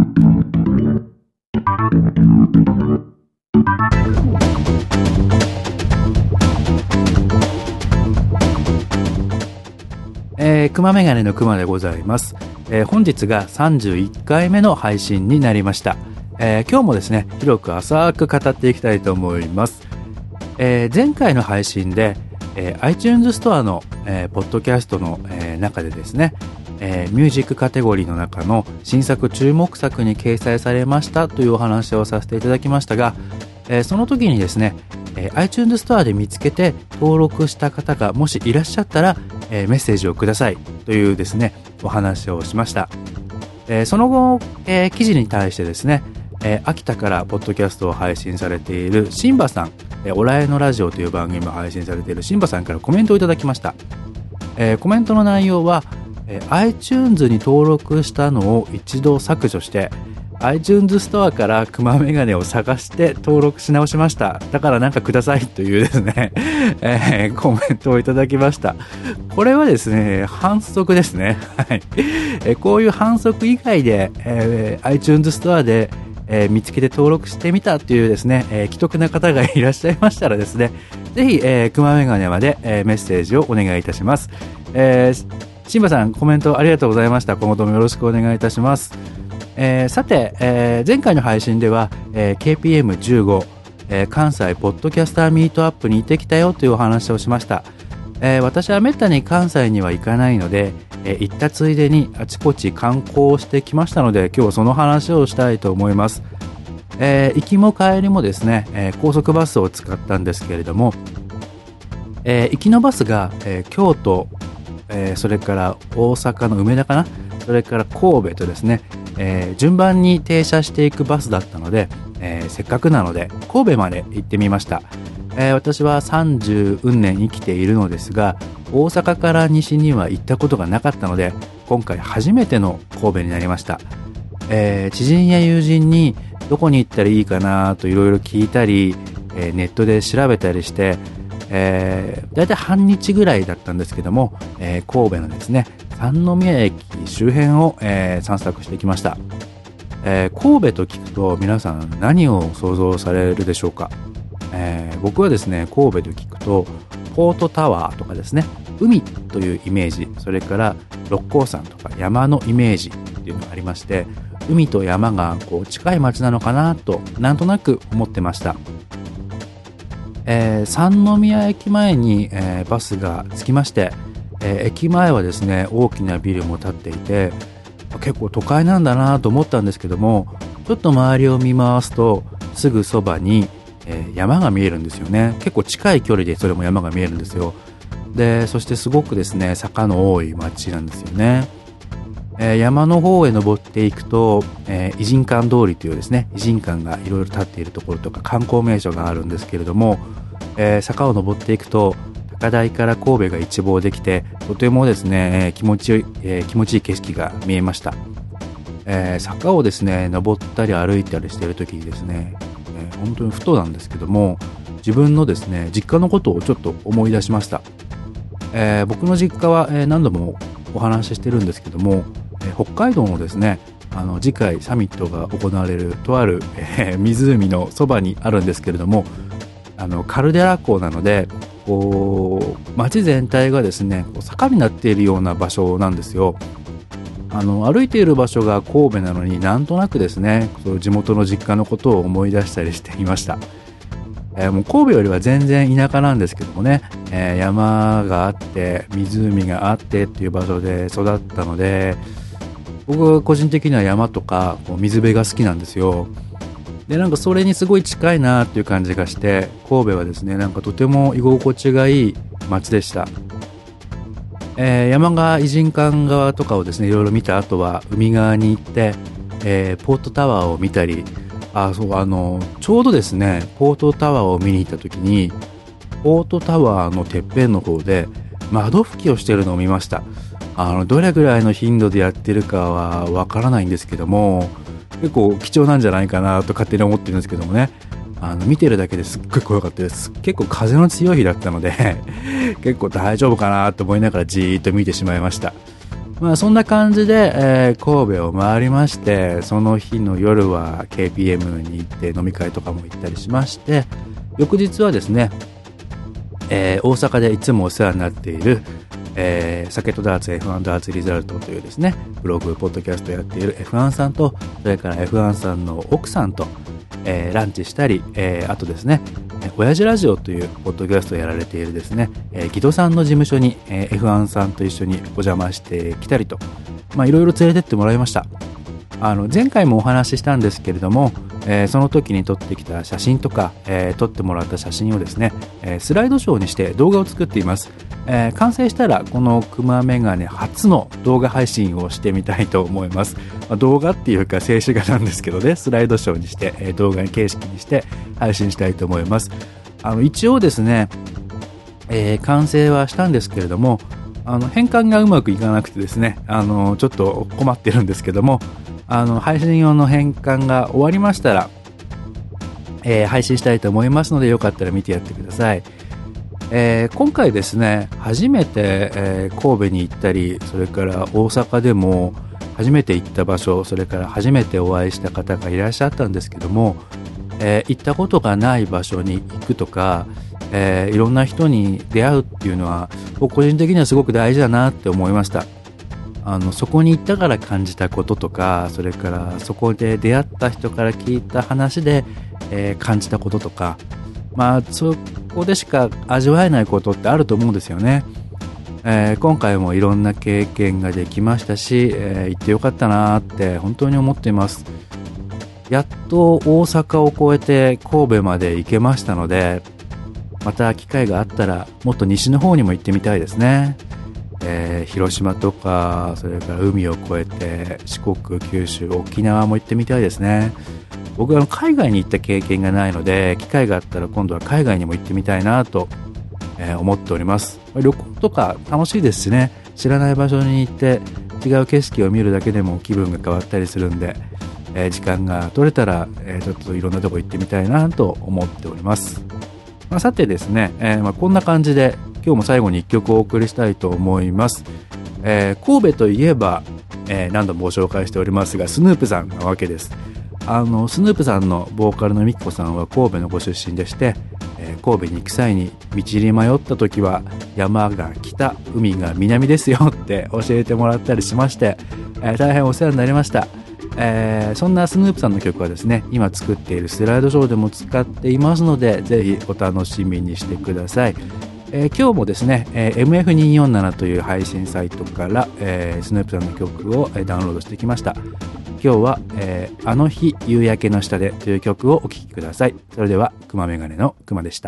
くまメガネのくまでございます。本日が31回目の配信になりました。今日もですね、広く浅く語っていきたいと思います。前回の配信で、iTunes ストアの、ポッドキャストの、中でですね、ミュージックカテゴリーの中の新作注目作に掲載されましたというお話をさせていただきましたが、その時にですね、iTunes ストアで見つけて登録した方がもしいらっしゃったら、メッセージをくださいというですねお話をしました。その後、記事に対してですね、秋田からポッドキャストを配信されているシンバさん、おらえのラジオという番組も配信されているシンバさんからコメントをいただきました。コメントの内容は、iTunes に登録したのを一度削除してiTunes ストアからクマメガネを探して登録し直しました。だからなんかくださいというですね、コメントをいただきました。これはですね、反則ですね。はい。こういう反則以外で、iTunes ストアで、見つけて登録してみたというですね、既得な方がいらっしゃいましたらですね、ぜひ、クマメガネまで、メッセージをお願いいたします。シンバさん、コメントありがとうございました。今後ともよろしくお願いいたします。さて、前回の配信では、KPM15、関西ポッドキャスターミートアップに行ってきたよというお話をしました。私はめったに関西には行かないので、行ったついでにあちこち観光してきましたので、今日はその話をしたいと思います。行きも帰りもですね、高速バスを使ったんですけれども、行きのバスが、京都、それから大阪の梅田かな、それから神戸とですね、順番に停車していくバスだったので、せっかくなので神戸まで行ってみました。私は30運年生きているのですが、大阪から西には行ったことがなかったので、今回初めての神戸になりました。知人や友人にどこに行ったらいいかなといろいろ聞いたり、ネットで調べたりして、だいたい半日ぐらいだったんですけども、神戸のですね三宮駅周辺を、散策してきました。神戸と聞くと皆さん何を想像されるでしょうか。僕はですね、神戸と聞くとポートタワーとかですね、海というイメージ、それから六甲山とか山のイメージっていうのがありまして、海と山がこう近い街なのかなとなんとなく思ってました。三宮駅前に、バスが着きまして、駅前はですね大きなビルも建っていて、結構都会なんだなと思ったんですけども、ちょっと周りを見回すとすぐそばに、山が見えるんですよね。結構近い距離でそれも山が見えるんですよ。で、そしてすごくですね坂の多い街なんですよね。山の方へ登っていくと、異人館通りというですね、異人館がいろいろ建っているところとか観光名所があるんですけれども、坂を登っていくと高台から神戸が一望できて、とてもですね、気持ちいい景色が見えました。坂をですね登ったり歩いたりしている時にですね、本当にふとなんですけども、自分のですね実家のことをちょっと思い出しました。僕の実家は、何度もお話ししてるんですけども、北海道のですね次回サミットが行われるとある、湖のそばにあるんですけれども、カルデラ湖なのでこう街全体がですね坂になっているような場所なんですよ。歩いている場所が神戸なのになんとなくですね、そう地元の実家のことを思い出したりしていました。もう神戸よりは全然田舎なんですけどもね、山があって湖があってっていう場所で育ったので、僕は個人的には山とかこう水辺が好きなんですよ。で、なんかそれにすごい近いなっていう感じがして、神戸はですねなんかとても居心地がいい街でした。山が異人館側とかをですねいろいろ見た後は海側に行って、ポートタワーを見たり、ちょうどですねポートタワーを見に行った時に、ポートタワーのてっぺんの方で窓拭きをしているのを見ました。どれぐらいの頻度でやってるかはわからないんですけども、結構貴重なんじゃないかなと勝手に思ってるんですけどもね、見てるだけですっごい怖かったです。結構風の強い日だったので結構大丈夫かなと思いながらじーっと見てしまいました。 そんな感じで、神戸を回りまして、その日の夜は KPM に行って飲み会とかも行ったりしまして、翌日はですね、大阪でいつもお世話になっている、酒とダーツ F1 ダーツリザルトというですね、ブログ、ポッドキャストやっている F1 さんと、それから F1 さんの奥さんと、ランチしたり、あとですね、親父ラジオというポッドキャストをやられているですね、木戸さんの事務所に、F1 さんと一緒にお邪魔してきたりと、いろいろ連れてってもらいました。前回もお話ししたんですけれども、その時に撮ってきた写真とか、撮ってもらった写真をですね、スライドショーにして動画を作っています。完成したらこのクマメガネ初の動画配信をしてみたいと思います。動画っていうか静止画なんですけどね、スライドショーにして、動画形式にして配信したいと思います。一応ですね、完成はしたんですけれども、変換がうまくいかなくてですね、ちょっと困ってるんですけども、配信用の変換が終わりましたら、配信したいと思いますので、よかったら見てやってください。今回ですね、初めて、神戸に行ったり、それから大阪でも初めて行った場所、それから初めてお会いした方がいらっしゃったんですけども、行ったことがない場所に行くとか、いろんな人に出会うっていうのは、個人的にはすごく大事だなって思いました。そこに行ったから感じたこととか、それからそこで出会った人から聞いた話で、感じたこととか、そこでしか味わえないことってあると思うんですよね。今回もいろんな経験ができましたし、行ってよかったなって本当に思っています。やっと大阪を越えて神戸まで行けましたので、また機会があったらもっと西の方にも行ってみたいですね。広島とか、それから海を越えて四国、九州、沖縄も行ってみたいですね。僕は海外に行った経験がないので、機会があったら今度は海外にも行ってみたいなと、思っております。旅行とか楽しいですしね、知らない場所に行って違う景色を見るだけでも気分が変わったりするんで、時間が取れたら、ちょっといろんなとこ行ってみたいなと思っております。さてですね、こんな感じで今日も最後に一曲お送りしたいと思います。神戸といえば、何度もご紹介しておりますが、スヌープさんなわけです。スヌープさんのボーカルのミッコさんは神戸のご出身でして、神戸に行く際に道に迷った時は山が北、海が南ですよって教えてもらったりしまして、大変お世話になりました。そんなスヌープさんの曲はですね、今作っているスライドショーでも使っていますので、ぜひお楽しみにしてください。今日もですね、MF247 という配信サイトから、スヌープさんの曲を、ダウンロードしてきました。今日は、あの日夕焼けの下でという曲をお聴きください。それでは、くまメガネのくまでした。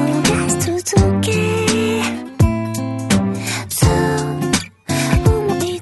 思い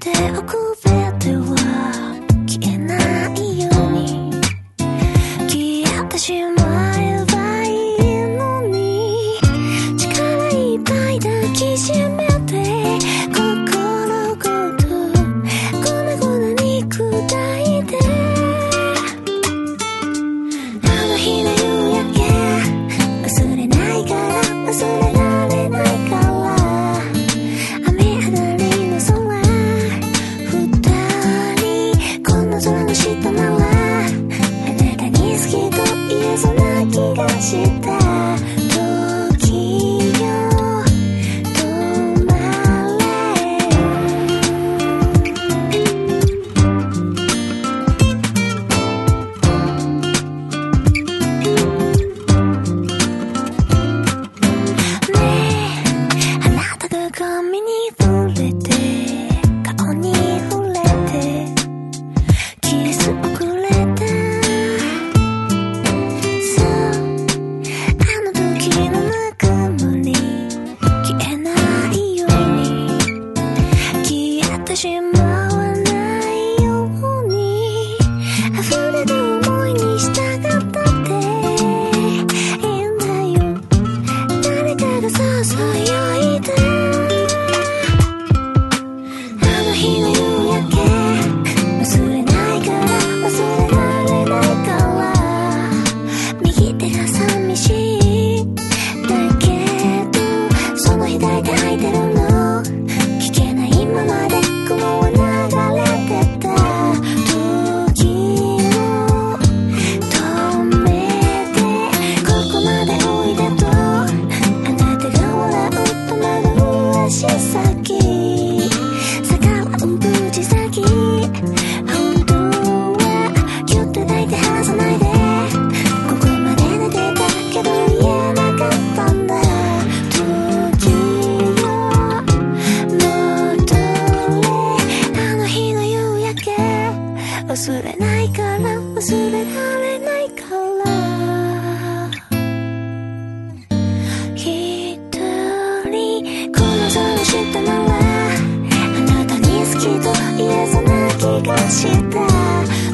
したのはあなたに好きと言えそうな気がした